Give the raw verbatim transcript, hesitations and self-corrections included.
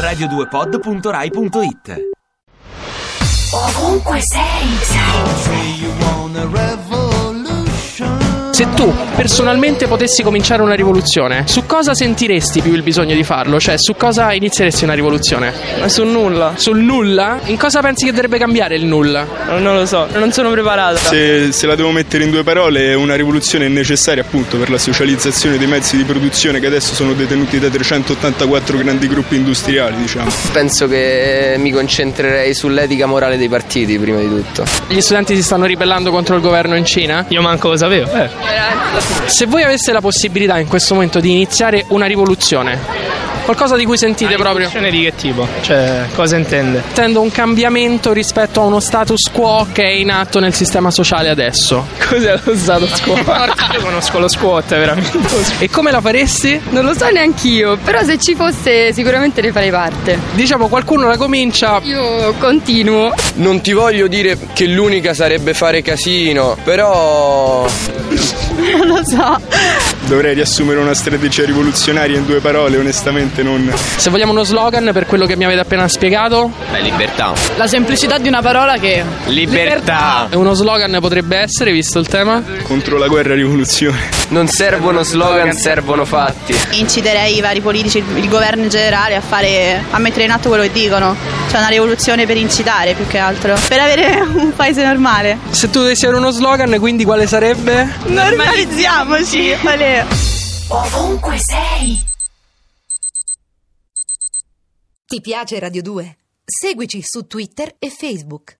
radio due pod punto rai punto it. Ovunque sei, Se tu personalmente potessi cominciare una rivoluzione, su cosa sentiresti più il bisogno di farlo? Cioè, su cosa inizieresti una rivoluzione? Sul nulla. Sul nulla? In cosa pensi che dovrebbe cambiare il nulla? Non lo so, non sono preparata. Se, se la devo mettere in due parole, una rivoluzione è necessaria appunto per la socializzazione dei mezzi di produzione che adesso sono detenuti da trecentottantaquattro grandi gruppi industriali, diciamo. Penso che mi concentrerei sull'etica morale dei partiti prima di tutto. Gli studenti si stanno ribellando contro il governo in Cina? Io manco lo sapevo. Eh. Se voi aveste la possibilità in questo momento di iniziare una rivoluzione, qualcosa di cui sentite Una proprio? rivoluzione di che tipo? Cioè, cosa intende? Intendo un cambiamento rispetto a uno status quo che è in atto nel sistema sociale adesso. Cos'è lo status quo? Io conosco lo squat, veramente. E come la faresti? Non lo so neanch'io, però se ci fosse sicuramente ne farei parte. Diciamo qualcuno la comincia. Io continuo. Non ti voglio dire che l'unica sarebbe fare casino, però... Non lo so. Dovrei riassumere una strategia rivoluzionaria in due parole, onestamente non... Se vogliamo uno slogan per quello che mi avete appena spiegato? Beh, libertà. La semplicità di una parola che... Libertà. E uno slogan potrebbe essere, visto il tema? Contro la guerra rivoluzione. Non servono slogan, servono fatti. Inciterei i vari politici, il governo in generale a fare, a mettere in atto quello che dicono. Cioè una rivoluzione per incitare più che altro, per avere un paese normale. Se tu dovessi avere uno slogan, quindi quale sarebbe? Normalizziamoci. Vale. ovunque sei. Ti piace Radio due? Seguici su Twitter e Facebook.